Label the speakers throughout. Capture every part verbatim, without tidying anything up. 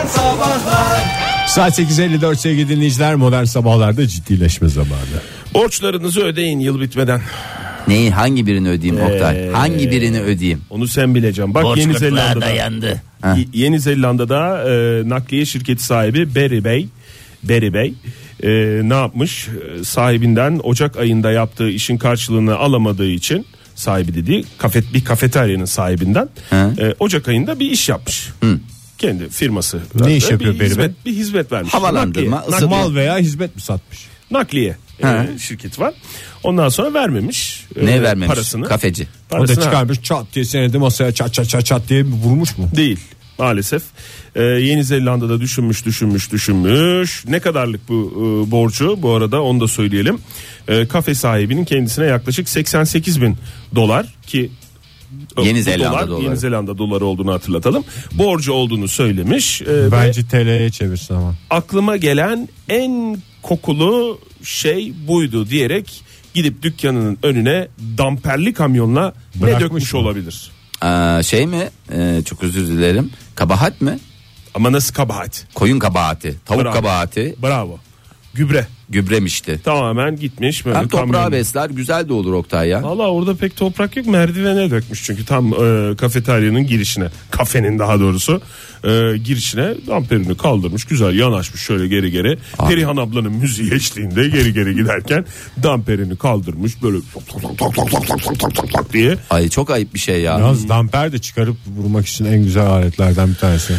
Speaker 1: Sabahlar.
Speaker 2: Saat sekiz elli dört sevgili dinleyiciler, Modern Sabahlar'da ciddileşme zamanı.
Speaker 3: Borçlarınızı ödeyin yıl bitmeden.
Speaker 4: Neyi, hangi birini ödeyeyim Oktay?
Speaker 3: Ee,
Speaker 4: hangi birini ödeyeyim?
Speaker 3: Onu sen bileceksin. Bak,
Speaker 4: Borç
Speaker 3: Yeni
Speaker 4: kırklığa
Speaker 3: Zelanda'da
Speaker 4: dayandı.
Speaker 3: Y- Yeni Zelanda'da e, nakliye şirketi sahibi Barry Bey Barry Bey e, ne yapmış? E, sahibinden Ocak ayında yaptığı işin karşılığını alamadığı için, sahibi dediği kafet bir kafeteryanın sahibinden e, Ocak ayında bir iş yapmış.
Speaker 4: Hı.
Speaker 3: Kendi firması.
Speaker 2: Ne iş
Speaker 3: bir
Speaker 2: yapıyor Barry
Speaker 3: hizmet,
Speaker 2: Bey?
Speaker 3: Bir hizmet vermiş.
Speaker 4: Havalandırma,
Speaker 3: Nakliye,
Speaker 4: ısıtma.
Speaker 2: Mal veya hizmet mi satmış?
Speaker 3: nakliye e, şirketi var. Ondan sonra vermemiş. e,
Speaker 4: Ne vermemiş?
Speaker 3: Parasını.
Speaker 4: Kafeci.
Speaker 2: O da
Speaker 3: Parasını-
Speaker 2: çıkarmış, çat diye senedi masaya çat çat çat çat diye vurmuş mu?
Speaker 3: Değil maalesef. Ee, Yeni Zelanda'da düşünmüş düşünmüş düşünmüş. Ne kadarlık bu e, borcu, bu arada onu da söyleyelim. E, kafe sahibinin kendisine yaklaşık seksen sekiz bin dolar ki
Speaker 4: Yeni
Speaker 3: bu
Speaker 4: Zelanda
Speaker 3: dolar,
Speaker 4: doları.
Speaker 3: Yeni Zelanda doları olduğunu hatırlatalım. Borcu olduğunu söylemiş. E, ve
Speaker 2: Bence T L'ye çevirsin ama.
Speaker 3: aklıma gelen en kokulu şey buydu diyerek gidip dükkanının önüne damperli kamyonla ne
Speaker 2: Bırakmış
Speaker 3: dökmüş
Speaker 2: mı?
Speaker 3: olabilir?
Speaker 4: Aa, şey mi? Ee, çok özür dilerim. Kabahat mi?
Speaker 3: Ama nasıl kabahat?
Speaker 4: Koyun kabahati, tavuk
Speaker 3: Bravo.
Speaker 4: kabahati,
Speaker 3: Bravo. Gübre.
Speaker 4: gübremişti.
Speaker 3: Tamamen gitmiş. Böyle
Speaker 4: Hem toprağı
Speaker 3: kamyonla.
Speaker 4: besler, güzel de olur Oktay ya.
Speaker 3: Valla orada pek toprak yok, merdivene dökmüş çünkü tam e, kafeteryanın girişine, kafenin daha doğrusu e, girişine damperini kaldırmış, güzel yanaşmış şöyle geri geri. Perihan ablanın müziği eşliğinde geri geri giderken damperini kaldırmış böyle tok tok tok tok tok tok tok tok tok tok diye.
Speaker 4: Ay çok ayıp bir şey ya.
Speaker 2: Yalnız damper de çıkarıp vurmak için en güzel aletlerden bir tanesi.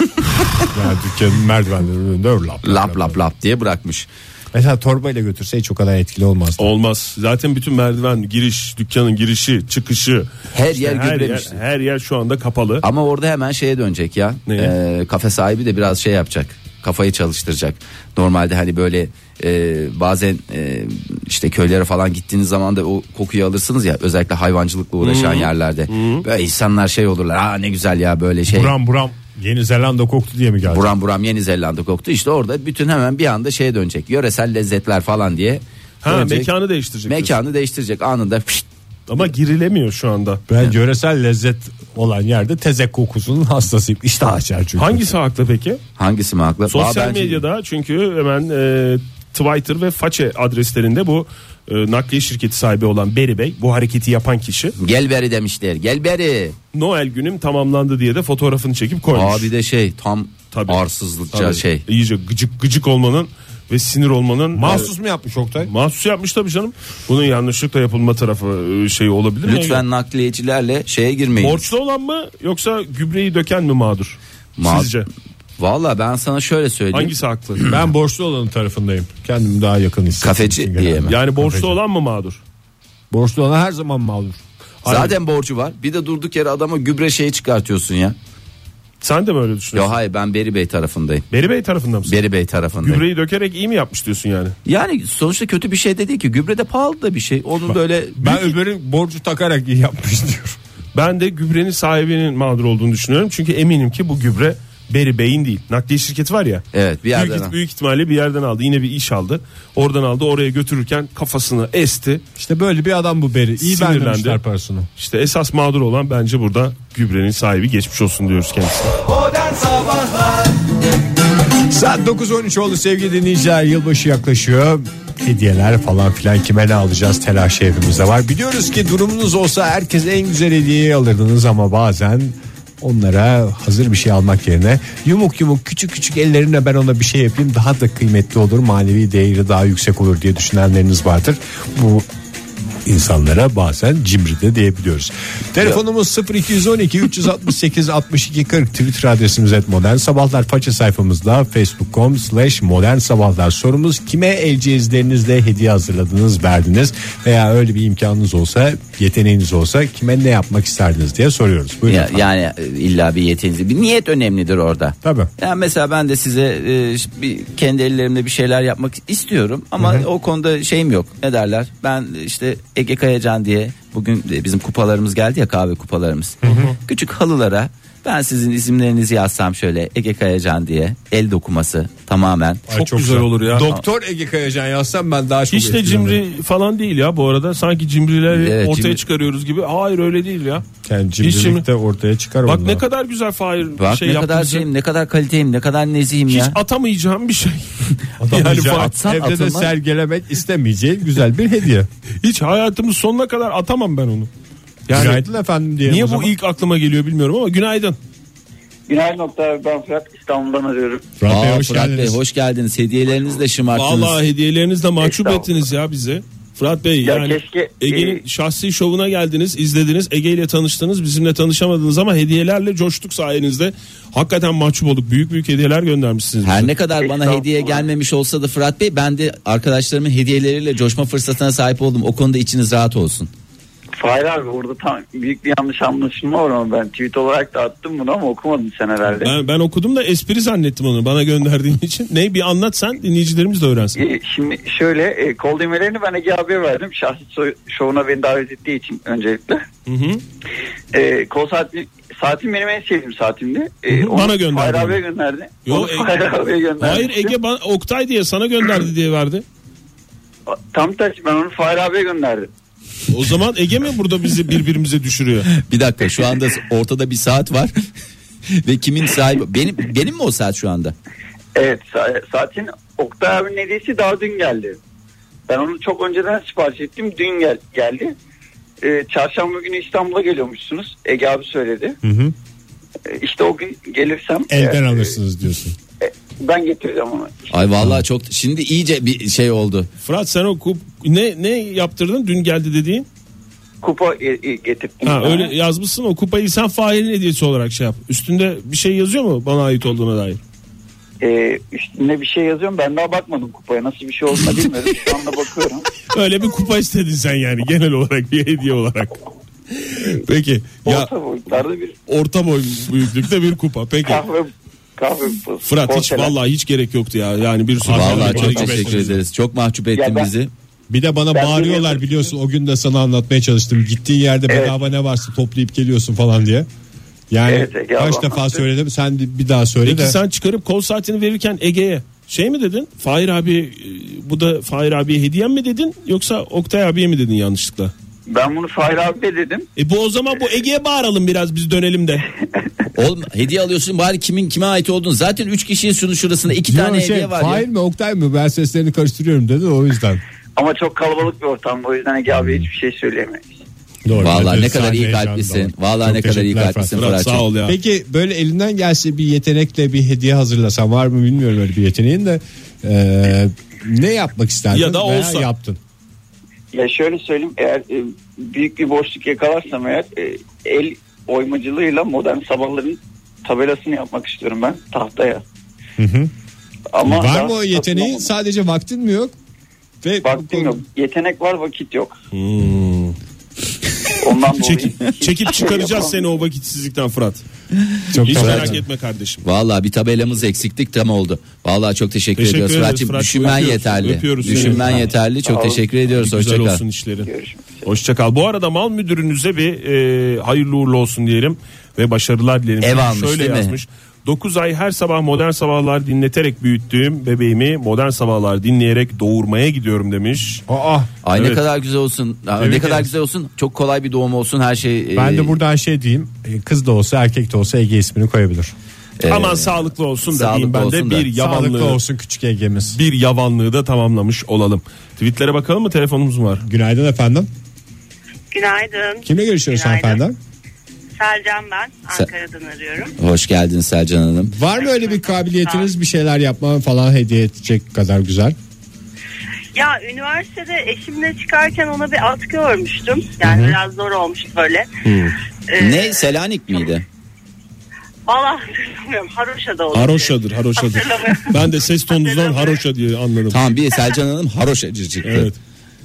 Speaker 2: Yani dükkanın merdivenlerinin önünde öyle lap
Speaker 4: Lap lap lap diye bırakmış.
Speaker 2: Mesela torbayla götürse hiç o kadar etkili olmazdı.
Speaker 3: Olmaz. Zaten bütün merdiven, giriş, dükkanın girişi, çıkışı,
Speaker 4: Her
Speaker 3: işte
Speaker 4: yer
Speaker 3: her yer,
Speaker 4: gübremişti.
Speaker 3: her yer şu anda kapalı.
Speaker 4: Ama orada hemen şeye dönecek ya.
Speaker 3: Neye?
Speaker 4: Ee, kafe sahibi de biraz şey yapacak. Kafayı çalıştıracak. Normalde hani böyle e, bazen e, işte köylere falan gittiğiniz zaman da o kokuyu alırsınız ya, özellikle hayvancılıkla uğraşan yerlerde. Böyle insanlar şey olurlar. Aa ne güzel ya böyle şey.
Speaker 2: Buram buram Yeni Zelanda koktu diye mi geldi?
Speaker 4: Buram buram Yeni Zelanda koktu. İşte orada bütün hemen bir anda şeye dönecek. Yöresel lezzetler falan diye.
Speaker 3: Ha,
Speaker 4: dönecek.
Speaker 3: mekanı değiştirecek.
Speaker 4: Mekanı değiştirecek anında. Pişt.
Speaker 3: Ama girilemiyor şu anda.
Speaker 2: Ben yöresel lezzet olan yerde tezek kokusunun hastasıyım. İştah açar çünkü.
Speaker 3: Hangisi haklı peki?
Speaker 4: Hangisi mi haklı?
Speaker 3: Sosyal
Speaker 4: Aa, bence-
Speaker 3: medyada çünkü hemen e, Twitter ve Façe adreslerinde bu e, nakliye şirketi sahibi olan Barry Bey, bu hareketi yapan kişi,
Speaker 4: Gel beri demişler. Gel beri.
Speaker 3: Noel günüm tamamlandı diye de fotoğrafını çekip koymuş.
Speaker 4: Abi de şey tam
Speaker 3: Tabii.
Speaker 4: arsızlıkça
Speaker 3: Tabii.
Speaker 4: şey.
Speaker 3: İyice gıcık gıcık olmanın ve sinir olmanın
Speaker 2: Mahsus mu yapmış Oktay?
Speaker 3: e, mahsus yapmış tabii canım. Bunun yanlışlıkla yapılma tarafı e, şey olabilir mi?
Speaker 4: Lütfen nakliyecilerle şeye girmeyin.
Speaker 3: Borçlu olan mı yoksa gübreyi döken mi mağdur?
Speaker 4: Ma-
Speaker 3: Sizce
Speaker 4: Valla ben sana şöyle söyleyeyim.
Speaker 3: hangisi haklı?
Speaker 2: Ben borçlu olanın tarafındayım. Kendimi daha yakın hissediyorum.
Speaker 4: Kafeci diye mi?
Speaker 3: Yani borçlu
Speaker 2: Kafeci.
Speaker 3: olan mı mağdur?
Speaker 2: Borçlu olan her zaman mağdur.
Speaker 4: Zaten borcu var. Bir de durduk yere adama gübre şeyi çıkartıyorsun ya.
Speaker 3: Sen de mi öyle
Speaker 4: Yo
Speaker 3: düşünüyorsun?
Speaker 4: hayır, ben Beri Bey tarafındayım.
Speaker 3: Beri Bey tarafında mısın?
Speaker 4: Beri Bey tarafındayım.
Speaker 3: Gübreyi dökerek iyi mi yapmış diyorsun yani?
Speaker 4: Yani sonuçta kötü bir şey de değil ki. Gübre de pahalı da bir şey. Onun böyle
Speaker 2: Ben öbürü borcu takarak iyi yapmış diyorum.
Speaker 3: Ben de gübrenin sahibinin mağdur olduğunu düşünüyorum. Çünkü eminim ki bu gübre Beri Bey'in değil. Nakliye şirketi var ya.
Speaker 4: Evet, bir yerden
Speaker 3: büyük,
Speaker 4: al.
Speaker 3: büyük ihtimalle bir yerden aldı. Yine bir iş aldı. Oradan aldı, oraya götürürken kafasını esti.
Speaker 2: İşte böyle bir adam bu Beri. İyi
Speaker 3: Sinirlendi.
Speaker 2: vermemişler parasını.
Speaker 3: İşte esas mağdur olan bence burada gübrenin sahibi, geçmiş olsun diyoruz kendisine.
Speaker 1: Modern Sabahlar.
Speaker 2: Saat dokuz on üç oldu sevgili dinleyiciler. Yılbaşı yaklaşıyor. Hediyeler falan filan, kime ne alacağız telaşı hepimizde var. Biliyoruz ki durumunuz olsa herkes en güzel hediyeyi alırdınız ama bazen onlara hazır bir şey almak yerine yumuk yumuk küçük küçük ellerine ben ona bir şey yapayım daha da kıymetli olur, manevi değeri daha yüksek olur diye düşünenleriniz vardır. Bu insanlara bazen cimri de diyebiliyoruz. Telefonumuz sıfır iki on iki üç altı sekiz altmış iki kırk, Twitter adresimiz et modern sabahlar, faça sayfamızda facebook nokta com slash modern sabahlar. Sorumuz, kime el cihazlarınızla hediye hazırladınız, verdiniz veya öyle bir imkanınız olsa, yeteneğiniz olsa kime ne yapmak isterdiniz diye soruyoruz. Buyurun
Speaker 4: Ya,
Speaker 2: efendim.
Speaker 4: yani illa bir yeteneğiniz, bir niyet önemlidir orada.
Speaker 2: Tabii.
Speaker 4: Yani mesela ben de size e, bir kendi ellerimle bir şeyler yapmak istiyorum ama o konuda şeyim yok. Ne derler? Ben işte Ege Kayacan diye bugün de bizim kupalarımız geldi ya, kahve kupalarımız. Küçük halılara Ben sizin isimlerinizi yazsam şöyle Ege Kayacan diye, el dokuması tamamen.
Speaker 3: Çok, çok güzel olur ya.
Speaker 2: Doktor Ege Kayacan yazsam ben daha çok
Speaker 3: hiç de cimri falan değil ya bu arada. Sanki cimrileri evet, ortaya cimri... çıkarıyoruz gibi. Hayır öyle değil ya.
Speaker 2: Yani cimrilik de ortaya çıkar.
Speaker 3: Bak
Speaker 2: ondan.
Speaker 3: Ne kadar güzel Fahir
Speaker 4: Bak
Speaker 3: şey
Speaker 4: ne
Speaker 3: yaptı.
Speaker 4: kadar şeyim, ne kadar kaliteyim, ne kadar nezihim
Speaker 3: hiç
Speaker 4: ya.
Speaker 3: Hiç atamayacağım bir şey.
Speaker 2: Yani atsan, evde atılma. De sergilemek istemeyeceğin güzel bir hediye.
Speaker 3: Hiç hayatımın sonuna kadar atamam ben onu. Yani,
Speaker 2: günaydın efendim diye.
Speaker 3: Niye bu ilk aklıma geliyor bilmiyorum ama günaydın.
Speaker 5: Günaydın Oktay, ben Fırat, İstanbul'dan arıyorum.
Speaker 2: Fırat,
Speaker 4: Aa,
Speaker 2: Bey, hoş,
Speaker 4: Fırat Bey hoş geldiniz. Hediyelerinizle şımarttınız.
Speaker 3: Vallahi hediyelerinizle mahcup ettiniz ya bizi. Fırat Bey
Speaker 5: ya
Speaker 3: yani
Speaker 5: keşke,
Speaker 3: Ege'nin
Speaker 5: e...
Speaker 3: şahsi şovuna geldiniz, izlediniz, Ege ile tanıştınız, bizimle tanışamadınız ama hediyelerle coştuk sayenizde. Hakikaten mahcup olduk. Büyük büyük hediyeler göndermişsiniz
Speaker 4: Her
Speaker 3: bize.
Speaker 4: ne kadar bana hediye gelmemiş olsa da Fırat Bey, ben de arkadaşlarımın hediyeleriyle coşma fırsatına sahip oldum. O konuda içiniz rahat olsun.
Speaker 5: Fahir abi, orada tam büyük bir yanlış anlaşılma var ama ben tweet olarak da attım bunu ama okumadın sen herhalde.
Speaker 3: Ben, ben okudum da espri zannettim onu bana gönderdiğin için. Ne bir anlat sen, dinleyicilerimiz de öğrensin.
Speaker 5: E, şimdi şöyle e, kol düğmelerini ben Ege abiye verdim. Şahsi soy, şovuna beni davet ettiği için öncelikle. Hı hı. E, kol saati, saatim benim en sevdiğim saatimdi. E,
Speaker 3: bana gönderdi.
Speaker 5: Fahir abiye gönderdi.
Speaker 3: Yo,
Speaker 5: Fahir abiye gönderdi.
Speaker 3: Hayır Ege bana, Oktay diye sana gönderdi diye verdi.
Speaker 5: Tam tersi, ben onu Fahir abiye gönderdim.
Speaker 3: O zaman Ege mi burada bizi birbirimize düşürüyor?
Speaker 4: Bir dakika, şu anda ortada bir saat var ve kimin sahibi? Benim benim mi o saat şu anda?
Speaker 5: Evet, sa- saatin Oktay abinin hediyesi daha dün geldi. Ben onu çok önceden sipariş ettim, dün gel- geldi. Ee, çarşamba günü İstanbul'a geliyormuşsunuz. Ege abi söyledi. Hı hı. Ee, işte o gün gelirsem
Speaker 2: elden
Speaker 5: e,
Speaker 2: alırsınız diyorsun.
Speaker 5: E, ben getireceğim onu.
Speaker 4: Ay vallahi çok, şimdi iyice bir şey oldu.
Speaker 3: Fırat sen o kup ne ne yaptırdın dün geldi dediğin?
Speaker 5: Kupa e, e, getirdim.
Speaker 3: Ha, öyle yazmışsın, o kupayı sen Fahir'in hediyesi olarak şey yap. Üstünde bir şey yazıyor mu bana ait olduğuna dair?
Speaker 5: Ee, üstünde bir şey yazıyorum, ben daha bakmadım kupaya, nasıl bir şey olduğunu bilmiyorum. Şu anda bakıyorum.
Speaker 3: Öyle bir kupa istedin sen yani genel olarak bir hediye olarak. Peki.
Speaker 5: Orta ya, boyutlarda bir.
Speaker 3: Orta boy büyüklükte bir kupa. Peki.
Speaker 5: Kahve kahve
Speaker 3: Fırat portelen. Hiç vallahi hiç gerek yoktu ya. Yani bir sürü.
Speaker 4: Vallahi çok teşekkür ederiz. Çok mahcup ettin ben, bizi.
Speaker 2: Bir de bana ben bağırıyorlar biliyorsun, o gün de sana anlatmaya çalıştım. Gittiğin yerde evet, bedava ne varsa toplayıp geliyorsun falan diye. Yani evet, kaç defa anlattım. Söyledim, sen bir daha söyle.
Speaker 3: Peki
Speaker 2: de.
Speaker 3: Sen çıkarıp kol saatini verirken Ege'ye şey mi dedin? Fahir abi, bu da Fahir abiye hediyem mi dedin, yoksa Oktay abiye mi dedin yanlışlıkla?
Speaker 5: Ben bunu Fahir abiye dedim.
Speaker 3: E bu o zaman bu Ege'ye bağıralım biraz, biz dönelim de.
Speaker 4: Oğlum hediye alıyorsun, bari kimin kime ait olduğunu. Zaten üç kişiye şunun şurasında iki
Speaker 2: Diyor
Speaker 4: tane
Speaker 2: şey,
Speaker 4: hediye var.
Speaker 2: Fahir mi Oktay mı, ben seslerini karıştırıyorum dedi, o yüzden.
Speaker 5: Ama çok kalabalık bir ortam, o yüzden Ege abi hiçbir şey söyleyemeyiz.
Speaker 2: Doğru.
Speaker 4: Vallahi ne kadar iyi kalplisin. Vallahi ne kadar iyi kalplisin
Speaker 3: Fırat, sağ ol ya.
Speaker 2: Peki böyle elinden gelse bir yetenekle bir hediye hazırlasan, var mı bilmiyorum öyle bir yeteneğin de, e, ne yapmak isterdin
Speaker 3: ya da
Speaker 2: veya
Speaker 3: olsa
Speaker 2: yaptın?
Speaker 5: Ya şöyle söyleyeyim, eğer e, büyük bir boşluk yakalarsam eğer e, el oymacılığıyla modern sabahların tabelasını yapmak istiyorum ben tahtaya.
Speaker 2: Hı hı.
Speaker 5: Ama
Speaker 2: var mı o yeteneği? Sadece vaktin mi yok? Ve
Speaker 5: vaktim yok. Yetenek var, vakit yok.
Speaker 3: Hmm.
Speaker 5: Ondan dolayı
Speaker 3: çekip, çekip çıkaracağız seni o vakitsizlikten Fırat.
Speaker 2: Çok
Speaker 3: hiç
Speaker 2: merak
Speaker 3: Fırat. etme kardeşim.
Speaker 4: Vallahi bir tabelamız eksiktik, tam oldu. Vallahi çok teşekkür, teşekkür ediyoruz Fırat'cığım. Fırat, düşünmen öpüyoruz, yeterli. Öpüyoruz Düşünmen seni. yeterli. Çok tamam, teşekkür ediyoruz. Hoşça kal.
Speaker 3: olsun işlerin. Hoşça kal. Bu arada mal müdürünüze bir e, hayırlı uğurlu olsun diyelim ve başarılar dilerim.
Speaker 4: Ev almış,
Speaker 3: şöyle
Speaker 4: değil
Speaker 3: yazmış.
Speaker 4: mi?
Speaker 3: dokuz ay her sabah Modern Sabahlar dinleterek büyüttüğüm bebeğimi Modern Sabahlar dinleyerek doğurmaya gidiyorum demiş.
Speaker 2: Aa,
Speaker 4: Ay
Speaker 3: evet.
Speaker 4: Ne kadar güzel olsun. Evet, ne kadar evet. güzel olsun. Çok kolay bir doğum olsun, her şey.
Speaker 2: Ben
Speaker 4: e...
Speaker 2: de buradan şey diyeyim. Kız da olsa erkek de olsa Ege ismini koyabilir.
Speaker 3: Ee, Aman sağlıklı olsun da diyeyim ben de,
Speaker 2: da.
Speaker 3: bir yavanlığı.
Speaker 2: Sağlıklı olsun küçük Ege'miz.
Speaker 3: Bir yavanlığı da tamamlamış olalım. Tweetlere bakalım mı, telefonumuz var?
Speaker 2: Günaydın efendim.
Speaker 6: Günaydın.
Speaker 2: Kimle görüşüyoruz hanımefendi?
Speaker 6: Selcan ben. Ankara'dan arıyorum.
Speaker 4: Hoş geldin Selcan Hanım.
Speaker 2: Var mı öyle bir kabiliyetiniz, bir şeyler yapma falan hediye edecek kadar güzel?
Speaker 6: Ya üniversitede eşimle çıkarken ona bir atkı örmüştüm. Yani Hı-hı. biraz zor olmuştu böyle.
Speaker 4: Ee, ne? Selanik miydi?
Speaker 6: Valla hatırlamıyorum. Haroşa'da oldu.
Speaker 3: Haroşa'dır, Haroşa'dır. Ben de ses tonunuzdan Haroşa diye anladım.
Speaker 4: Tamam, bir Selcan Hanım Haroşa'cı çıktı.
Speaker 3: Evet.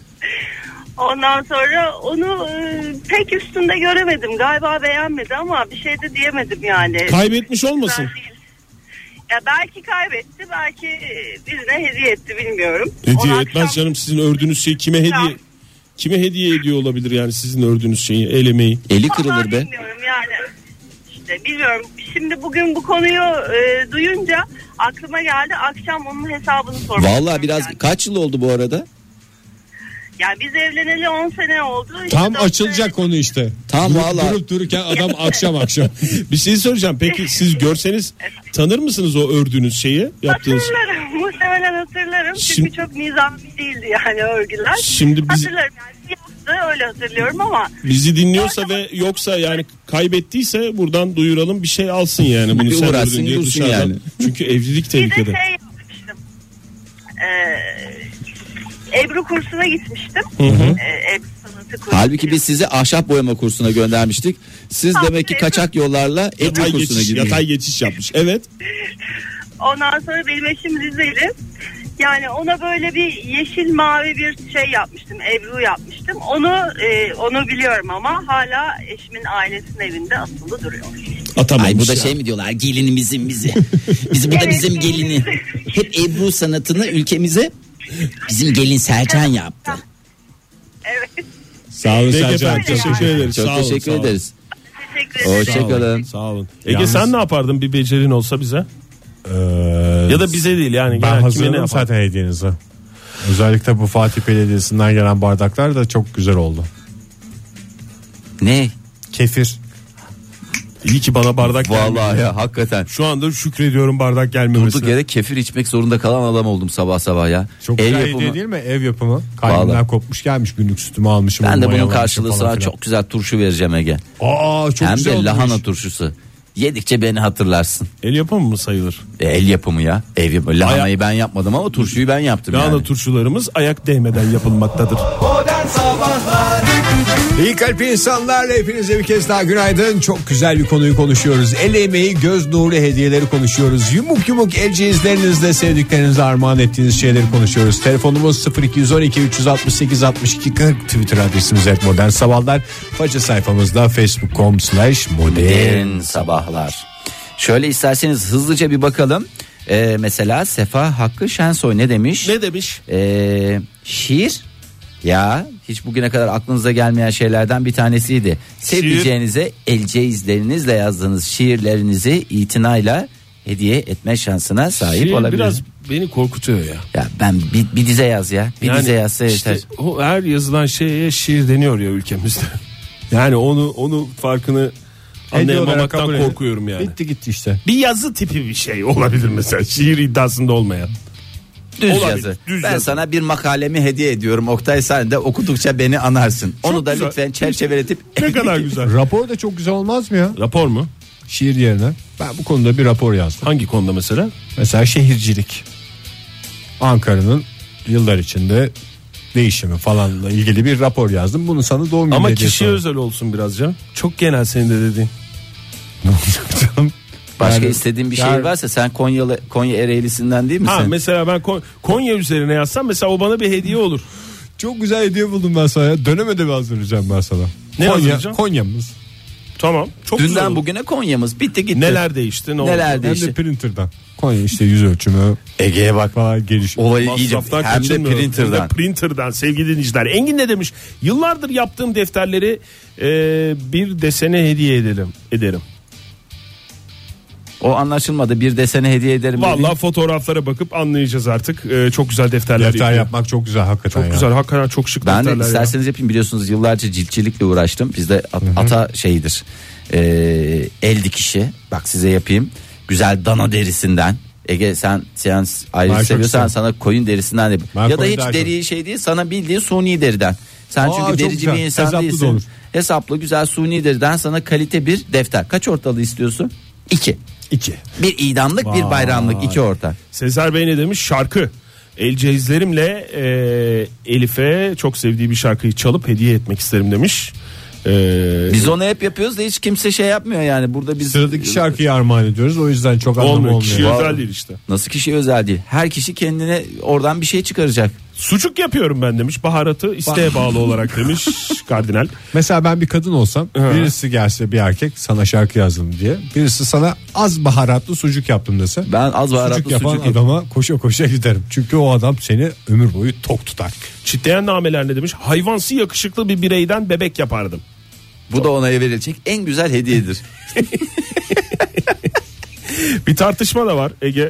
Speaker 6: Ondan sonra onu e, pek üstünde göremedim. Galiba beğenmedi ama bir şey de diyemedim yani.
Speaker 3: Kaybetmiş olmasın?
Speaker 6: Ya belki kaybetti, belki birine hediye etti, bilmiyorum.
Speaker 3: Hediye
Speaker 6: Ona
Speaker 3: etmez
Speaker 6: akşam...
Speaker 3: canım, sizin ördüğünüz şey kime hediye tamam. kime hediye ediyor olabilir yani, sizin ördüğünüz şeyi, el emeği.
Speaker 4: Eli kırılır be.
Speaker 6: Bilmiyorum yani. işte. Bilmiyorum. Şimdi bugün bu konuyu e, duyunca aklıma geldi. Akşam onun hesabını sormak
Speaker 4: Vallahi
Speaker 6: istiyorum
Speaker 4: biraz
Speaker 6: yani.
Speaker 4: kaç yıl oldu bu arada?
Speaker 6: Yani biz evleneli on sene oldu. İşte
Speaker 2: Tam
Speaker 6: dört
Speaker 2: açılacak
Speaker 6: sene-
Speaker 2: konu işte.
Speaker 4: Tam
Speaker 2: Durup,
Speaker 4: vallahi.
Speaker 2: durup dururken adam akşam akşam.
Speaker 3: Bir şey soracağım. Peki siz görseniz tanır mısınız o ördüğünüz şeyi? Yaptığınız.
Speaker 6: Hatırlarım. Muhtemelen hatırlarım. Çünkü
Speaker 3: Şimdi-
Speaker 6: çok nizami değildi yani örgüler.
Speaker 3: Şimdi biz-
Speaker 6: Hatırlarım yani. Yaptı öyle hatırlıyorum ama.
Speaker 3: Bizi dinliyorsa ve yoksa yani kaybettiyse buradan duyuralım, bir şey alsın yani. Bunu
Speaker 4: Bir
Speaker 3: sen
Speaker 4: uğraşsın,
Speaker 3: ördün diye
Speaker 4: dursun
Speaker 3: dışarıdan.
Speaker 4: yani.
Speaker 3: Çünkü evlilik
Speaker 6: Bir de
Speaker 3: tehlikede.
Speaker 6: şey yapmıştım. Ee, Ebru kursuna gitmiştim. Ee, Ebru sanatı kursuna.
Speaker 4: Halbuki biz sizi ahşap boyama kursuna göndermiştik. Siz
Speaker 6: Tam
Speaker 4: demek ki
Speaker 6: Ebru-
Speaker 4: kaçak yollarla Ebru
Speaker 3: Yatay
Speaker 4: kursuna
Speaker 3: geçiş,
Speaker 4: gidiyorsunuz.
Speaker 3: yatay geçiş yapmış. Evet.
Speaker 6: Ondan sonra benim eşim Rizeli. Yani ona böyle bir yeşil mavi bir şey yapmıştım. Ebru yapmıştım. Onu e, onu biliyorum ama hala eşimin ailesinin evinde asılı duruyor.
Speaker 3: Atamamış
Speaker 4: Ay bu da
Speaker 3: ya.
Speaker 4: şey mi diyorlar, gelinimizin bizi. Bizi bu da
Speaker 6: Evet,
Speaker 4: bizim gelini. Hep Ebru sanatını ülkemize bizim gelin Selcan yaptı.
Speaker 6: Evet.
Speaker 2: Sağ olun
Speaker 3: Peki
Speaker 2: Selcan.
Speaker 3: efendim, teşekkür ederiz.
Speaker 4: Çok
Speaker 3: Sağ olun,
Speaker 4: teşekkür
Speaker 3: sağ olun.
Speaker 4: ederiz.
Speaker 6: Teşekkür ederim.
Speaker 4: Hoşçakalın.
Speaker 3: Sağ olun. Ege
Speaker 2: Yalnız-
Speaker 3: sen ne yapardın bir becerin olsa bize?
Speaker 2: Ee,
Speaker 3: Ya da bize değil yani.
Speaker 2: ben
Speaker 3: genel kime ne
Speaker 2: hazırladım
Speaker 3: yapardın?
Speaker 2: zaten hediyenizi. Özellikle bu Fatih Belediyesi'nden gelen bardaklar da çok güzel oldu.
Speaker 4: Ne?
Speaker 2: Kefir.
Speaker 3: İyi ki bana bardak gelmedi.
Speaker 4: Vallahi ya hakikaten.
Speaker 3: Şu anda şükrediyorum bardak gelmemesine.
Speaker 4: Durduk yere kefir içmek zorunda kalan adam oldum sabah sabah ya.
Speaker 2: Çok
Speaker 4: Ev
Speaker 2: güzel
Speaker 4: yapımı.
Speaker 2: hediye değil mi? Ev yapımı. Kalbimden
Speaker 4: Vallahi.
Speaker 2: kopmuş gelmiş. Günlük sütümü almışım.
Speaker 4: Ben de
Speaker 2: onu
Speaker 4: bunun
Speaker 2: mayalamışım
Speaker 4: karşılığı
Speaker 2: falan
Speaker 4: sana
Speaker 2: filan.
Speaker 4: çok güzel turşu vereceğim Ege.
Speaker 2: Aa çok
Speaker 4: Hem
Speaker 2: güzel
Speaker 4: de
Speaker 2: olmuş.
Speaker 4: lahana turşusu. Yedikçe beni hatırlarsın.
Speaker 3: El yapımı mı sayılır?
Speaker 4: E, el yapımı ya. Ev yapımı. Lahanayı ben yapmadım ama turşuyu ben yaptım
Speaker 3: Lahana
Speaker 4: yani.
Speaker 3: turşularımız ayak değmeden yapılmaktadır.
Speaker 1: Modern Sabahlar
Speaker 2: İyi kalpli insanlarla hepinize bir kez daha günaydın. Çok güzel bir konuyu konuşuyoruz. El emeği, göz nuru hediyeleri konuşuyoruz. Yumuk yumuk el cihazlarınızla sevdiklerinize armağan ettiğiniz şeyleri konuşuyoruz. Telefonumuz sıfır iki on iki üç altı sekiz altmış iki kırk. Twitter adresimiz et modern sabahlar. Faça sayfamızda facebook nokta com slash modern.
Speaker 4: Derin sabahlar. Şöyle isterseniz hızlıca bir bakalım. Ee, mesela Sefa Hakkı Şensoy ne demiş?
Speaker 3: Ne demiş?
Speaker 4: Ee, şiir ya hiç bugüne kadar aklınıza gelmeyen şeylerden bir tanesiydi. Sevdiceğinize el cihazlarınızla yazdığınız şiirlerinizi itinayla hediye etme şansına sahip
Speaker 3: Şiir
Speaker 4: olabilir.
Speaker 3: biraz beni korkutuyor ya.
Speaker 4: Ya ben bir, bir dize yaz ya. Bir
Speaker 3: Yani
Speaker 4: dize yazsa
Speaker 3: işte
Speaker 4: yeter.
Speaker 3: o her yazılan şeye şiir deniyor ya ülkemizde. Yani onu onu farkını
Speaker 2: Hediye olarak
Speaker 3: anlayamamaktan
Speaker 2: kabul edin.
Speaker 3: korkuyorum yani.
Speaker 2: Bitti gitti işte.
Speaker 3: Bir yazı tipi bir şey olabilir mesela, şiir iddiasında olmayan.
Speaker 4: Düz
Speaker 3: Olabilir,
Speaker 4: yazı.
Speaker 3: düz
Speaker 4: ben
Speaker 3: yazı.
Speaker 4: sana bir makalemi hediye ediyorum Oktay, sen de okudukça beni anarsın. Onu da
Speaker 3: güzel.
Speaker 4: lütfen çerçeveletip
Speaker 3: Ne kadar güzel.
Speaker 2: Rapor da çok güzel olmaz mı ya?
Speaker 3: Rapor mu?
Speaker 2: Şiir yerine. Ben bu konuda bir rapor yazdım.
Speaker 3: Hangi konuda mesela?
Speaker 2: Mesela şehircilik. Ankara'nın yıllar içinde değişimi falanla ilgili bir rapor yazdım. Bunu sana doğum günü
Speaker 3: Ama
Speaker 2: hediyesi
Speaker 3: kişiye
Speaker 2: olarak-
Speaker 3: özel olsun biraz canım. Çok genel senin de dediğin.
Speaker 2: Canım.
Speaker 4: başka
Speaker 2: Yani-
Speaker 4: istediğin bir şey
Speaker 2: yani-
Speaker 4: varsa sen Konyalı Konya Ereğlisi'nden değil misin?
Speaker 3: Ha mesela ben Kon- Konya üzerine yazsam mesela o bana bir hediye olur.
Speaker 2: Çok güzel hediye buldum ben sana ya. Dönem ödevi hazırlayacağım ben sana.
Speaker 3: Ne
Speaker 2: Konya,
Speaker 3: hazırlayacaksın?
Speaker 2: Konya'mız.
Speaker 3: Tamam. Çok güzel
Speaker 4: Dünden
Speaker 3: olur.
Speaker 4: bugüne Konya'mız bitti gitti.
Speaker 3: Neler değişti? Ne
Speaker 4: Neler
Speaker 3: oldu?
Speaker 2: Hem
Speaker 4: değişti?
Speaker 2: de printer'dan. Konya işte yüz ölçümü.
Speaker 4: Ege'ye bak.
Speaker 2: Falan geliş.
Speaker 4: Olayı iyice
Speaker 3: Masraftan
Speaker 4: hem de
Speaker 3: kaçınmıyorum.
Speaker 4: printer'dan.
Speaker 3: Hem de printer'dan sevgili dinleyiciler. Engin ne demiş? Yıllardır yaptığım defterleri e, bir desene hediye edelim ederim.
Speaker 4: O anlaşılmadı, bir desene hediye ederim.
Speaker 3: Vallahi
Speaker 4: dediğin.
Speaker 3: fotoğraflara bakıp anlayacağız artık. E, çok güzel defterler.
Speaker 2: Defter
Speaker 3: yapıyor.
Speaker 2: yapmak çok güzel hakikaten
Speaker 3: Çok
Speaker 2: ya.
Speaker 3: güzel, hakikaten çok şık
Speaker 4: Ben de
Speaker 3: defterler. ya.
Speaker 4: isterseniz yapayım, biliyorsunuz yıllarca ciltçilikle uğraştım. Bizde at- ata şeyidir. Ee, el dikişi. Bak size yapayım. Güzel dana derisinden. Ege sen sen ayrı
Speaker 2: Ben çok
Speaker 4: seviyorsan
Speaker 2: isterim.
Speaker 4: sana koyun derisinden de.
Speaker 2: Ben
Speaker 4: Ya da
Speaker 2: koyun
Speaker 4: hiç
Speaker 2: daha
Speaker 4: deri şey değil, sana bildiğin suni deriden. Sen
Speaker 2: Aa,
Speaker 4: çünkü
Speaker 2: çok
Speaker 4: derici
Speaker 2: güzel.
Speaker 4: bir insan
Speaker 2: Hesaplı da
Speaker 4: değilsin.
Speaker 2: olur.
Speaker 4: Hesaplı güzel suni deriden sana kalite bir defter. Kaç ortalığı istiyorsun? İki.
Speaker 2: İki.
Speaker 4: Bir idamlık bir
Speaker 2: Vay.
Speaker 4: bayramlık, iki orta.
Speaker 3: Sezer Bey ne demiş? Şarkı. El cihazlerimle e, Elif'e çok sevdiği bir şarkıyı çalıp hediye etmek isterim demiş. E,
Speaker 4: Biz onu hep yapıyoruz da hiç kimse şey yapmıyor yani. Burada biz
Speaker 2: Sıradaki şarkıyı armağan ediyoruz. O yüzden çok anlamı
Speaker 3: olmuyor.
Speaker 2: olmuyor.
Speaker 3: Kişi
Speaker 4: Vallahi.
Speaker 3: özel değil işte.
Speaker 4: Nasıl kişi özel değil. Her kişi kendine oradan bir şey çıkaracak.
Speaker 3: Sucuk yapıyorum ben demiş. Baharatı isteğe bağlı olarak demiş kardinal.
Speaker 2: Mesela ben bir kadın olsam,
Speaker 3: Hı.
Speaker 2: birisi gelse bir erkek sana şarkı yazdım diye, birisi sana az baharatlı sucuk yaptım dese,
Speaker 4: Ben az baharatlı
Speaker 2: sucuk yapan
Speaker 4: sucuk,
Speaker 2: adama koşa koşa giderim. Çünkü o adam seni ömür boyu tok tutar.
Speaker 3: Çitleyen nameler ne demiş? Hayvansı yakışıklı bir bireyden bebek yapardım.
Speaker 4: Bu da ona verilecek en güzel hediyedir.
Speaker 3: Bir tartışma da var Ege,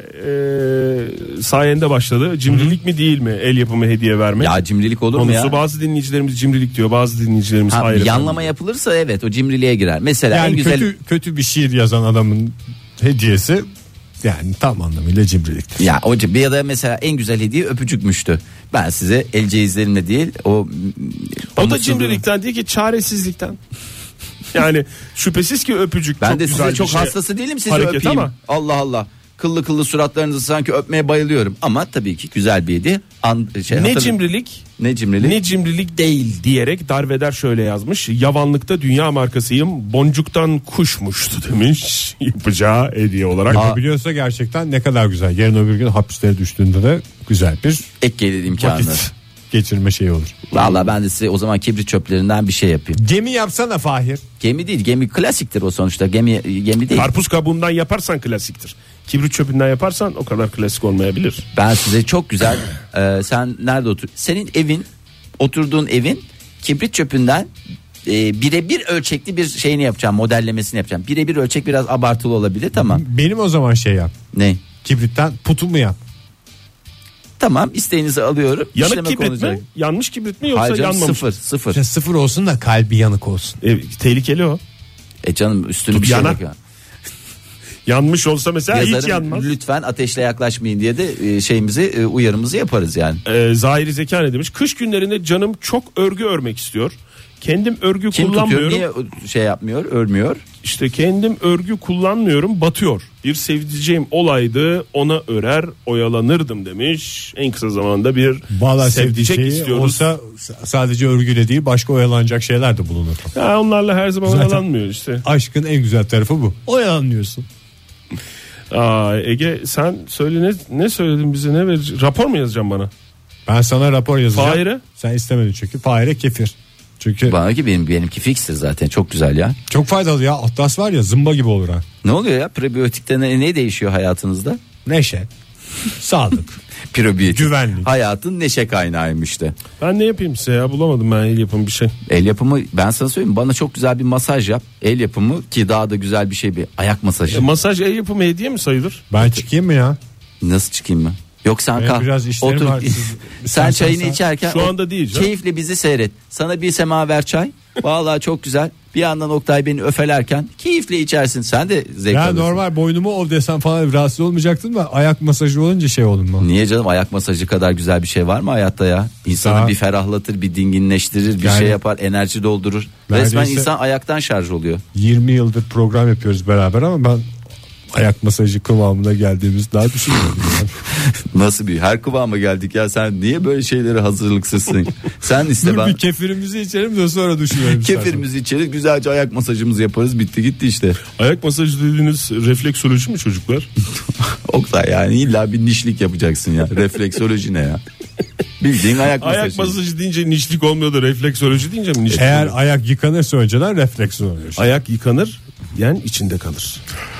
Speaker 3: e, sayende başladı. Cimrilik mi değil mi el yapımı hediye vermek?
Speaker 4: Ya cimrilik olur mu
Speaker 3: Konusu,
Speaker 4: ya?
Speaker 3: bazı dinleyicilerimiz cimrilik diyor, bazı dinleyicilerimiz
Speaker 4: Ha,
Speaker 3: hayır.
Speaker 4: yanlama
Speaker 3: efendim.
Speaker 4: yapılırsa evet o cimriliğe girer. Mesela
Speaker 2: Yani
Speaker 4: en güzel
Speaker 2: kötü kötü bir şiir yazan adamın hediyesi yani tam anlamıyla cimriliktir.
Speaker 4: ya o bir ya da mesela en güzel hediye öpücükmüştü. Ben size el ceyizlerimle değil o
Speaker 3: O da cimrilikten değil ki, çaresizlikten. Yani şüphesiz ki öpücük
Speaker 4: ben
Speaker 3: çok
Speaker 4: de
Speaker 3: güzel
Speaker 4: size
Speaker 3: bir
Speaker 4: çok
Speaker 3: şey.
Speaker 4: hastası değilim sizi
Speaker 3: Hareket
Speaker 4: öpeyim.
Speaker 3: ama.
Speaker 4: Allah Allah. Kıllı kıllı suratlarınızı sanki öpmeye bayılıyorum. Ama tabii ki güzel bir hediye. An, şey,
Speaker 3: Ne
Speaker 4: hatırlı-
Speaker 3: cimrilik
Speaker 4: Ne cimrilik?
Speaker 3: ne cimrilik değil diyerek Darveder şöyle yazmış. Yavanlıkta dünya markasıyım, boncuktan kuşmuştu demiş. Yapacağı hediye olarak.
Speaker 2: Yapabiliyorsa gerçekten ne kadar güzel. Yarın öbür gün hapislere düştüğünde de güzel bir
Speaker 4: Ek gelir imkanı.
Speaker 2: vakit geçirme şeyi olur.
Speaker 4: Valla ben de size o zaman kibrit çöplerinden bir şey yapayım.
Speaker 2: Gemi yapsana Fahir.
Speaker 4: Gemi değil, gemi klasiktir o sonuçta. Gemi gemi değil.
Speaker 3: Karpuz kabuğundan yaparsan klasiktir. Kibrit çöpünden yaparsan o kadar klasik olmayabilir.
Speaker 4: Ben size çok güzel e, sen nerede otur? Senin evin, oturduğun evin kibrit çöpünden e, birebir ölçekli bir şeyini yapacağım, modellemesini yapacağım. Birebir ölçek biraz abartılı olabilir, tamam.
Speaker 2: Benim o zaman şey yap.
Speaker 4: Ne?
Speaker 2: Kibritten putumu yap.
Speaker 4: Tamam, isteğinizi alıyorum.
Speaker 3: Yanık
Speaker 4: İşleme
Speaker 3: kibrit
Speaker 4: konulacak.
Speaker 3: mi? Yanmış kibrit mi yoksa
Speaker 4: Hayır canım,
Speaker 3: yanmamış?
Speaker 4: sıfır sıfır.
Speaker 2: İşte sıfır olsun da kalbi yanık olsun.
Speaker 3: E, tehlikeli o.
Speaker 4: E canım üstünü
Speaker 3: Tut
Speaker 4: bir şey
Speaker 3: yana.
Speaker 4: yok ya.
Speaker 3: Yanmış olsa mesela hiç
Speaker 4: Yazarım,
Speaker 3: yanmaz.
Speaker 4: lütfen ateşle yaklaşmayın diye de e, şeyimizi e, uyarımızı yaparız yani.
Speaker 3: Ee, Zahiri Zeka ne demiş? Kış günlerinde canım çok örgü örmek istiyor. Kendim örgü
Speaker 4: Kim
Speaker 3: kullanmıyorum.
Speaker 4: tutuyor, niye şey yapmıyor, örmüyor?
Speaker 3: İşte kendim örgü kullanmıyorum, batıyor. Bir sevdiceğim olaydı, ona örer oyalanırdım demiş. En kısa zamanda bir
Speaker 2: Vallahi sevdiği
Speaker 3: sevdicek
Speaker 2: şey
Speaker 3: istiyoruz.
Speaker 2: olsa sadece örgüyle değil başka oyalanacak şeyler de bulunur.
Speaker 3: Ya onlarla her zaman
Speaker 2: Zaten-
Speaker 3: oyalanmıyor işte.
Speaker 2: Aşkın en güzel tarafı bu. Oyalanıyorsun.
Speaker 3: Aa, Ege sen söyle, ne, ne söyledin bize, ne vereceksin? Rapor mu yazacaksın bana?
Speaker 2: Ben sana rapor yazacağım.
Speaker 3: Fahir'e?
Speaker 2: Sen istemedin çünkü. Fahir'e kefir. Çünkü
Speaker 4: Bana ki benim benimki fikstir zaten, çok güzel ya.
Speaker 2: çok faydalı ya. Atlas var ya zımba gibi olur ha.
Speaker 4: Ne oluyor ya, prebiyotikte ne, ne değişiyor hayatınızda?
Speaker 2: Neşe. Sağlık.
Speaker 4: Prebiyotik.
Speaker 2: Güvenlik.
Speaker 4: Hayatın neşe kaynağıymış de.
Speaker 3: Ben ne yapayım size ya, bulamadım ben el yapımı bir şey.
Speaker 4: El yapımı, ben sana söyleyeyim, bana çok güzel bir masaj yap. El yapımı ki daha da güzel bir şey, bir ayak masajı.
Speaker 3: E, masaj el yapımı hediye mi sayılır?
Speaker 2: Ben çıkayım mı ya?
Speaker 4: Nasıl çıkayım mı? Yok sen
Speaker 2: Benim
Speaker 4: kal.
Speaker 2: biraz işlerim
Speaker 4: Otur.
Speaker 2: var. Siz-
Speaker 4: Sen
Speaker 2: İstersen
Speaker 4: çayını
Speaker 2: sen-
Speaker 4: içerken
Speaker 3: Şu
Speaker 4: o-
Speaker 3: anda değil canım.
Speaker 4: keyifle bizi seyret. Sana bir semaver çay. Vallahi çok güzel. Bir yandan Oktay beni öfelerken keyifle içersin. Sen de zevk
Speaker 2: Ya
Speaker 4: alırsın.
Speaker 2: normal boynumu ol desem falan rahatsız olmayacaktın da ayak masajı olunca şey oldum mu?
Speaker 4: Niye canım, ayak masajı kadar güzel bir şey var mı hayatta ya? İnsanı
Speaker 2: Daha-
Speaker 4: bir ferahlatır, bir dinginleştirir, bir
Speaker 2: Yani-
Speaker 4: şey yapar, enerji doldurur.
Speaker 2: Neredeyse-
Speaker 4: Resmen insan ayaktan şarj oluyor.
Speaker 2: yirmi yıldır program yapıyoruz beraber ama ben ayak masajı kıvamına geldiğimiz daha düşünmüyorum. Yani.
Speaker 4: Nasıl bir her kıvama geldik ya, sen niye böyle şeylere hazırlıksızsın? Sen iste
Speaker 2: Dur
Speaker 4: ben
Speaker 2: bir kefirimizi içelim de sonra düşünelim.
Speaker 4: kefirimizi içeriz, güzelce ayak masajımızı yaparız, bitti gitti işte.
Speaker 3: Ayak masajı dediğiniz refleksoloji mi çocuklar?
Speaker 4: Oktay yani illa bir nişlik yapacaksın ya. Refleksoloji ne ya? Bildiğin ayak masajı.
Speaker 3: Ayak masajı deyince nişlik olmuyor da refleksoloji deyince mi nişlik
Speaker 2: Eğer
Speaker 3: oluyor?
Speaker 2: ayak yıkanırsa önceden refleks oluyor.
Speaker 3: Ayak yıkanır, yen içinde kalır.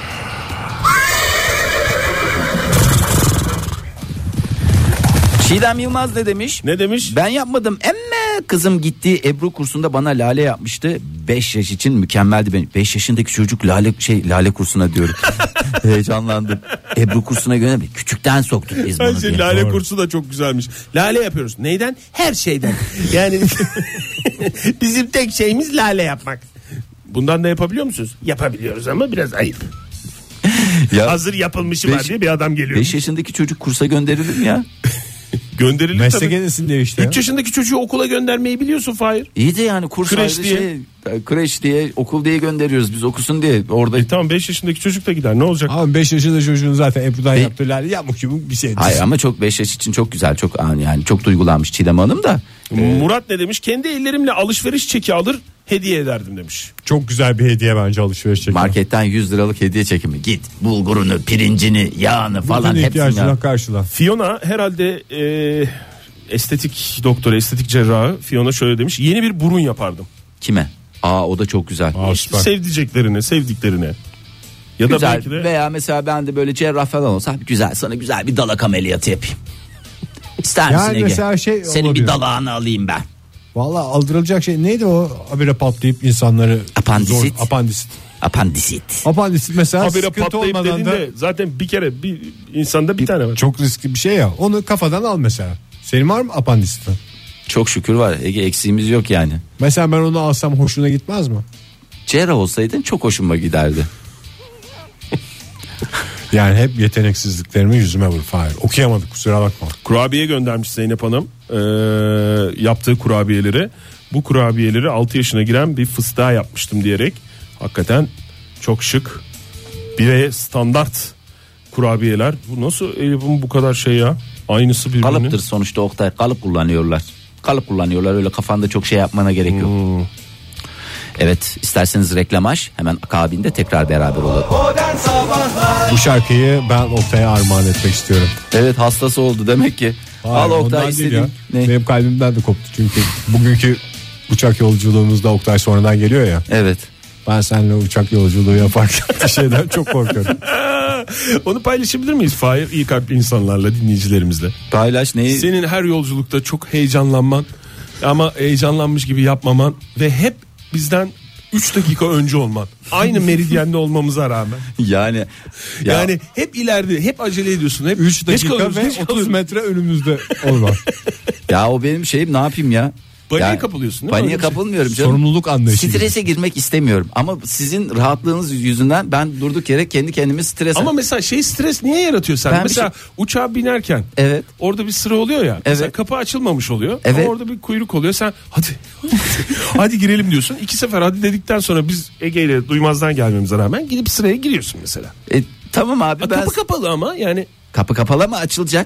Speaker 4: Çiğdem Yılmaz ne demiş?
Speaker 3: Ne demiş?
Speaker 4: Ben yapmadım emme kızım gitti Ebru kursunda bana lale yapmıştı. beş yaş için mükemmeldi benim. beş yaşındaki çocuk lale şey lale kursuna diyorum. Heyecanlandım. Ebru kursuna gönderdi. Küçükten soktuk biz bunu
Speaker 3: Bence
Speaker 4: diye.
Speaker 3: lale
Speaker 2: Doğru.
Speaker 3: kursu da çok güzelmiş. Lale yapıyoruz. Neyden? Her şeyden. Yani bizim tek şeyimiz lale yapmak. Bundan da yapabiliyor musunuz? Yapabiliyoruz ama biraz ayıp.
Speaker 4: Ya,
Speaker 3: Hazır yapılmışı var
Speaker 4: Beş-
Speaker 3: diye bir adam geliyor.
Speaker 4: beş yaşındaki çocuk kursa gönderilir mi ya?
Speaker 3: Gönderilir
Speaker 2: Meslek
Speaker 3: tabii.
Speaker 2: edinsin diye işte.
Speaker 3: üç yaşındaki çocuğu okula göndermeyi biliyorsun Fahir.
Speaker 4: İyi de yani kurs
Speaker 3: Kreş
Speaker 4: ayrı
Speaker 3: diye.
Speaker 4: şey. Kreş diye, okul diye gönderiyoruz biz, okusun diye. Orada
Speaker 3: E tamam, beş yaşındaki çocuk da gider, ne olacak?
Speaker 2: Ama beş yaşında çocuğun zaten Ebru'dan
Speaker 4: Be-
Speaker 2: yaptığı lale yapmak gibi bir şey.
Speaker 4: hayır ama çok beş yaş için çok güzel, çok yani çok duygulanmış Çiğdem Hanım da.
Speaker 3: Murat ne demiş? Kendi ellerimle alışveriş çeki alır hediye ederdim demiş.
Speaker 2: Çok güzel bir hediye bence alışveriş çekim.
Speaker 4: Marketten yüz liralık hediye çekimi. Git bulgurunu, pirincini, yağını falan
Speaker 2: Bütün
Speaker 4: hepsini
Speaker 2: ihtiyacına
Speaker 4: al.
Speaker 2: karşıla.
Speaker 3: Fiona herhalde e, estetik doktoru, estetik cerrahı Fiona şöyle demiş. Yeni bir burun yapardım.
Speaker 4: Kime? Aa o da çok güzel.
Speaker 2: Aa, süper.
Speaker 3: Sevdiceklerine, sevdiklerine. Ya da
Speaker 4: Güzel.
Speaker 3: belki de
Speaker 4: Veya mesela ben de böyle cerrah falan olsa güzel, sana güzel bir dalak ameliyatı yapayım. İster misin
Speaker 2: Yani
Speaker 4: Ege?
Speaker 2: mesela şey
Speaker 4: Senin
Speaker 2: olabilir.
Speaker 4: bir dalağını alayım ben.
Speaker 2: Vallahi aldırılacak şey neydi o? Habire patlayıp insanları
Speaker 4: Apandisit.
Speaker 2: zor, apandisit.
Speaker 4: Apandisit.
Speaker 2: Apandisit mesela
Speaker 3: Habire
Speaker 2: sıkıntı
Speaker 3: patlayıp
Speaker 2: olmadan da
Speaker 3: dediğinde zaten bir kere bir insanda bir tane var.
Speaker 2: çok riskli bir şey ya. Onu kafadan al mesela. Senin var mı apandisitin?
Speaker 4: Çok şükür var. Ege, eksiğimiz yok yani.
Speaker 2: Mesela ben onu alsam hoşuna gitmez mi?
Speaker 4: Cerrah olsaydın çok hoşuma giderdi.
Speaker 2: Yani hep yeteneksizliklerimi yüzüme vur. Hayır, okuyamadık, kusura bakma.
Speaker 3: Kurabiye göndermiş Zeynep Hanım ee, yaptığı kurabiyeleri. Bu kurabiyeleri altı yaşına giren bir fıstığa yapmıştım diyerek hakikaten çok şık bir de standart kurabiyeler. Bu nasıl e, bu, bu kadar şey ya, aynısı birbirine.
Speaker 4: Kalıptır sonuçta Oktay, kalıp kullanıyorlar. Kalıp kullanıyorlar, öyle kafanda çok şey yapmana gerek yok. Hmm. Evet, isterseniz reklamaj, hemen akabinde tekrar beraber olalım.
Speaker 1: Modern Sabahlar.
Speaker 2: Bu şarkıyı ben Oktay'a armağan etmek istiyorum.
Speaker 4: Evet, hastası oldu demek ki.
Speaker 2: Hayır,
Speaker 4: al
Speaker 2: ondan
Speaker 4: Oktay
Speaker 2: değil
Speaker 4: istediğin.
Speaker 2: ya.
Speaker 4: Ne?
Speaker 2: Benim kalbimden de koptu çünkü bugünkü uçak yolculuğumuzda Oktay sonradan geliyor ya.
Speaker 4: Evet.
Speaker 2: Ben seninle uçak yolculuğu yaparken bir şeyden çok korkuyorum.
Speaker 3: Onu paylaşabilir miyiz Fahir, iyi kalpli insanlarla, dinleyicilerimizle?
Speaker 4: Paylaş neyi?
Speaker 3: Senin her yolculukta çok heyecanlanman ama heyecanlanmış gibi yapmaman ve hep bizden üç dakika önce olman. Aynı meridyende olmamıza rağmen.
Speaker 4: Yani ya,
Speaker 3: Yani hep ileride, hep acele ediyorsun. Hep
Speaker 2: üç dakika
Speaker 3: kalıyoruz,
Speaker 2: ve
Speaker 3: geç
Speaker 2: otuz
Speaker 3: kalıyoruz.
Speaker 2: metre önümüzde olma.
Speaker 4: ya o benim şeyim, ne yapayım ya?
Speaker 3: Paniğe
Speaker 4: Ya,
Speaker 3: kapılıyorsun değil mi?
Speaker 4: Paniğe
Speaker 3: Öyle bir şey.
Speaker 4: kapılmıyorum canım.
Speaker 2: Sorumluluk anlayışı.
Speaker 4: Strese girmek istemiyorum ama sizin rahatlığınız yüzünden ben durduk yere kendi kendimi strese.
Speaker 3: Ama mesela şey, stres niye yaratıyor sen?
Speaker 4: Ben bir
Speaker 3: Mesela
Speaker 4: şey-
Speaker 3: uçağa binerken
Speaker 4: Evet.
Speaker 3: orada bir sıra oluyor ya. Mesela
Speaker 4: Evet.
Speaker 3: kapı açılmamış oluyor.
Speaker 4: Evet.
Speaker 3: Ama orada bir kuyruk oluyor. Sen hadi hadi, hadi girelim diyorsun. İki sefer hadi dedikten sonra biz Ege ile duymazdan gelmemize rağmen gidip sıraya giriyorsun mesela.
Speaker 4: E, tamam abi,
Speaker 3: Ha,
Speaker 4: ben
Speaker 3: kapı kapalı ama yani.
Speaker 4: kapı kapalı ama açılacak.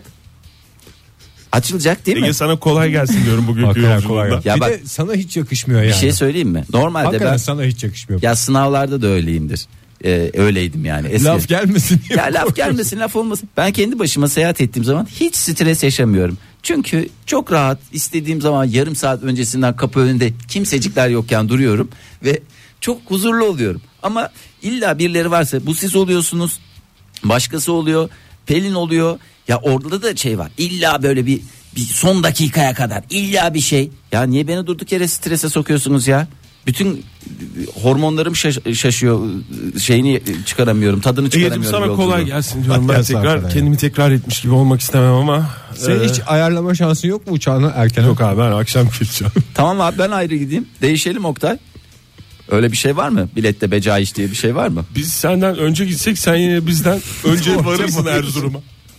Speaker 4: Açılacak değil mi?
Speaker 3: Ege sana kolay gelsin diyorum bugünkü
Speaker 2: Hakikaten kolay
Speaker 3: yolculuğunda.
Speaker 2: gelsin.
Speaker 4: Ya
Speaker 2: bir
Speaker 4: bak-
Speaker 2: de sana hiç yakışmıyor yani.
Speaker 4: Bir şey söyleyeyim mi? Normalde
Speaker 2: Hakikaten
Speaker 4: ben
Speaker 2: sana hiç yakışmıyor.
Speaker 4: ya sınavlarda da öyleyimdir. Ee, öyleydim yani. Eski.
Speaker 2: Laf gelmesin diye.
Speaker 4: Ya laf gelmesin, laf olmasın. Ben kendi başıma seyahat ettiğim zaman hiç stres yaşamıyorum. Çünkü çok rahat, istediğim zaman yarım saat öncesinden kapı önünde kimsecikler yokken duruyorum ve çok huzurlu oluyorum. Ama illa birileri varsa, bu siz oluyorsunuz, başkası oluyor, Pelin oluyor. Ya orada da şey var. İlla böyle bir, bir son dakikaya kadar illa bir şey. Ya niye beni durduk yere strese sokuyorsunuz ya? Bütün hormonlarım şaş- şaşıyor, şeyini çıkaramıyorum, tadını
Speaker 3: Ege'cim
Speaker 4: çıkaramıyorum.
Speaker 3: sana kolay
Speaker 4: yolculuğun.
Speaker 3: gelsin diyorum. Ben
Speaker 2: Hakikaten
Speaker 3: tekrar
Speaker 2: hakikaten
Speaker 3: kendimi tekrar etmiş gibi olmak istemem ama.
Speaker 2: Senin
Speaker 3: e,
Speaker 2: hiç ayarlama şansın yok mu uçağına erken?
Speaker 3: Yok abi, ben akşam gideceğim.
Speaker 4: Tamam abi, ben ayrı gideyim. Değişelim Oktay. Öyle bir şey var mı? Bilette becaiş diye bir şey var mı?
Speaker 3: Biz senden önce gitsek sen yine bizden önce varırsın Erzurum'a.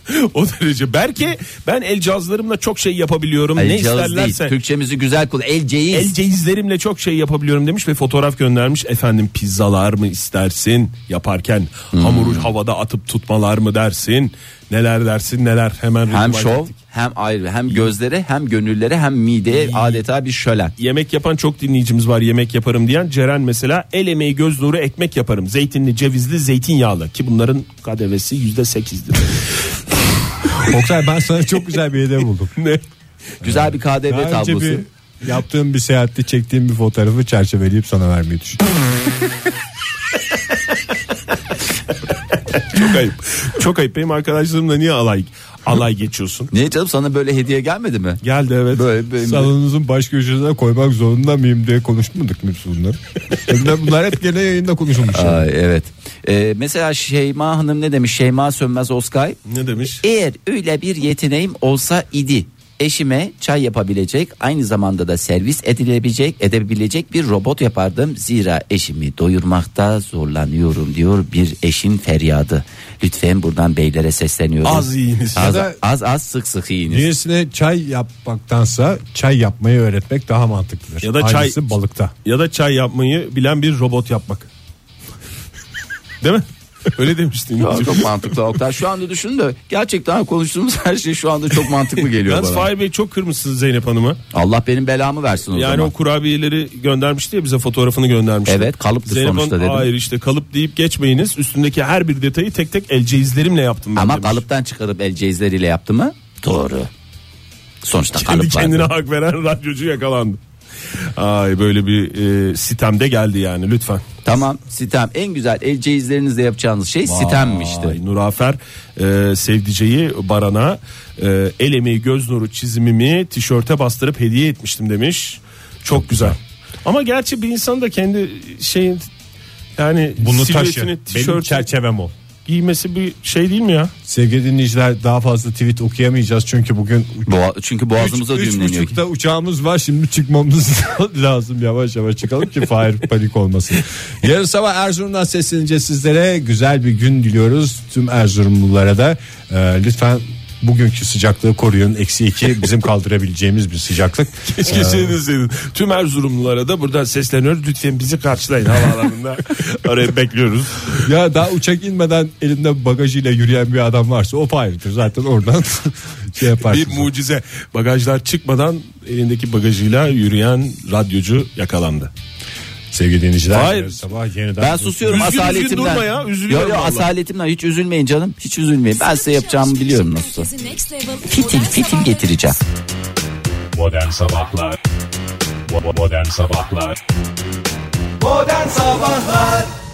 Speaker 3: O derece. Belki ben el cihazlarımla çok şey yapabiliyorum.
Speaker 4: El
Speaker 3: ne
Speaker 4: cihaz
Speaker 3: isterlerse.
Speaker 4: değil. Türkçemizi güzel kullan. El ceyiz.
Speaker 3: El cihazlarımla çok şey yapabiliyorum demiş ve fotoğraf göndermiş. Efendim pizzalar mı istersin yaparken,
Speaker 4: Hmm.
Speaker 3: hamuru havada atıp tutmalar mı dersin, neler dersin neler, hemen
Speaker 4: Hem
Speaker 3: rivayet
Speaker 4: şov,
Speaker 3: ettik.
Speaker 4: hem ayrı, hem gözlere, hem gönüllere, hem mideye adeta bir şölen.
Speaker 3: Yemek yapan çok dinleyicimiz var, yemek yaparım diyen. Ceren mesela el emeği göz nuru ekmek yaparım. Zeytinli, cevizli, zeytinyağlı ki bunların K D V'si yüzde sekizdir.
Speaker 2: Oktay, ben sana çok güzel bir hediye buldum.
Speaker 3: Ne?
Speaker 4: Güzel bir K D
Speaker 2: Daha
Speaker 4: V
Speaker 2: önce
Speaker 4: tablosu.
Speaker 2: bir yaptığım bir seyahatte çektiğim bir fotoğrafı çerçeveleyip sana vermeyi düşünüyorum.
Speaker 3: Çok ayıp. Çok ayıp. Benim arkadaşlarımla niye alay alay geçiyorsun?
Speaker 4: Niye canım, sana böyle hediye gelmedi mi?
Speaker 3: Geldi evet.
Speaker 4: Böyle, böyle
Speaker 2: Salonunuzun baş köşesine koymak zorunda mıyım diye konuşmadık mı biz bunları? Bunlar, bunlar hep gene yayında konuşulmuş. yani.
Speaker 4: Ay, evet. Ee, mesela Şeyma Hanım ne demiş? Şeyma Sönmez Oskay.
Speaker 3: Ne demiş?
Speaker 4: Eğer öyle bir yeteneğim olsa idi, eşime çay yapabilecek, aynı zamanda da servis edilebilecek, edebilecek bir robot yapardım. Zira eşimi doyurmakta zorlanıyorum diyor bir eşin feryadı. Lütfen buradan beylere sesleniyorum.
Speaker 3: Az yiyiniz.
Speaker 4: Az
Speaker 2: Ya da-
Speaker 4: az, az sık sık yiyiniz.
Speaker 2: Birisine çay yapmaktansa çay yapmayı öğretmek daha mantıklıdır.
Speaker 3: Ya da çay-
Speaker 2: Aynısı balıkta.
Speaker 3: Ya da çay yapmayı bilen bir robot yapmak. Değil mi? Öyle demiştin.
Speaker 4: Ya, çok mantıklı Oktay. Şu anda düşün de gerçekten konuştuğumuz her şey şu anda çok mantıklı geliyor
Speaker 3: Yalnız
Speaker 4: bana.
Speaker 3: Fahir Bey çok kırmışsınız Zeynep Hanım'ı.
Speaker 4: Allah benim belamı versin o
Speaker 3: Yani
Speaker 4: zaman.
Speaker 3: o kurabiyeleri göndermişti ya, bize fotoğrafını göndermişti.
Speaker 4: Evet, kalıptı
Speaker 3: Zeynep
Speaker 4: sonuçta
Speaker 3: Hanım,
Speaker 4: dedim.
Speaker 3: hayır işte kalıp deyip geçmeyiniz. Üstündeki her bir detayı tek tek el cihazlerimle yaptım ben
Speaker 4: Ama
Speaker 3: demiş.
Speaker 4: kalıptan çıkarıp el cihazlarıyla yaptı mı? Doğru. Sonuçta
Speaker 3: Kendi
Speaker 4: kalıp
Speaker 3: kendine
Speaker 4: vardı.
Speaker 3: hak veren radyocu yakalandı. Ay böyle bir e, sitemde geldi yani, lütfen.
Speaker 4: Tamam, sitem. En güzel el cihazlarınızla yapacağınız şey sitemmişti.
Speaker 3: Ay, Nurafer e, Sevdice'yi Baran'a e, el emeği göz nuru çizimimi tişörte bastırıp hediye etmiştim demiş. Çok güzel. Ama gerçi bir insan da kendi şeyin yani
Speaker 2: Bunu taşı.
Speaker 3: silüetini,
Speaker 2: Benim
Speaker 3: tişörtü
Speaker 2: çerçevem ol.
Speaker 3: giymesi bir şey değil mi ya?
Speaker 2: Sevgili dinleyiciler, daha fazla tweet okuyamayacağız çünkü bugün
Speaker 4: Boğa- çünkü boğazımıza
Speaker 2: üç, üç
Speaker 4: düğümleniyor.
Speaker 2: buçukta uçağımız var, şimdi çıkmamız lazım, yavaş yavaş çıkalım ki Fahir panik olmasın. Yarın sabah Erzurum'dan seslenince sizlere güzel bir gün diliyoruz tüm Erzurumlulara da. Ee, lütfen bugünkü sıcaklığı koruyun. Eksi iki bizim kaldırabileceğimiz bir sıcaklık.
Speaker 3: Keşke şey deseydin. Tüm Erzurumlulara da buradan sesleniyoruz. Lütfen bizi karşılayın havaalanında. Oraya bekliyoruz.
Speaker 2: Ya daha uçak inmeden elinde bagajıyla yürüyen bir adam varsa o Fahir'dir zaten, oradan şey yaparsın.
Speaker 3: Bir mucize. Bagajlar çıkmadan elindeki bagajıyla yürüyen radyocu yakalandı.
Speaker 2: Sevgili dinleyiciler,
Speaker 3: Hayır.
Speaker 2: yarın sabah yeniden
Speaker 4: Ben susuyorum
Speaker 3: Üzgün üzgün
Speaker 4: asaletimden.
Speaker 3: durma ya, üzülüyorum
Speaker 4: Yo yo
Speaker 3: vallahi.
Speaker 4: asaletimden, hiç üzülmeyin canım. Hiç üzülmeyin. Ben size yapacağımı biliyorum nasılsa. Fitil fitil getireceğim.
Speaker 7: Modern Sabahlar Bo- Modern Sabahlar
Speaker 1: Modern Sabahlar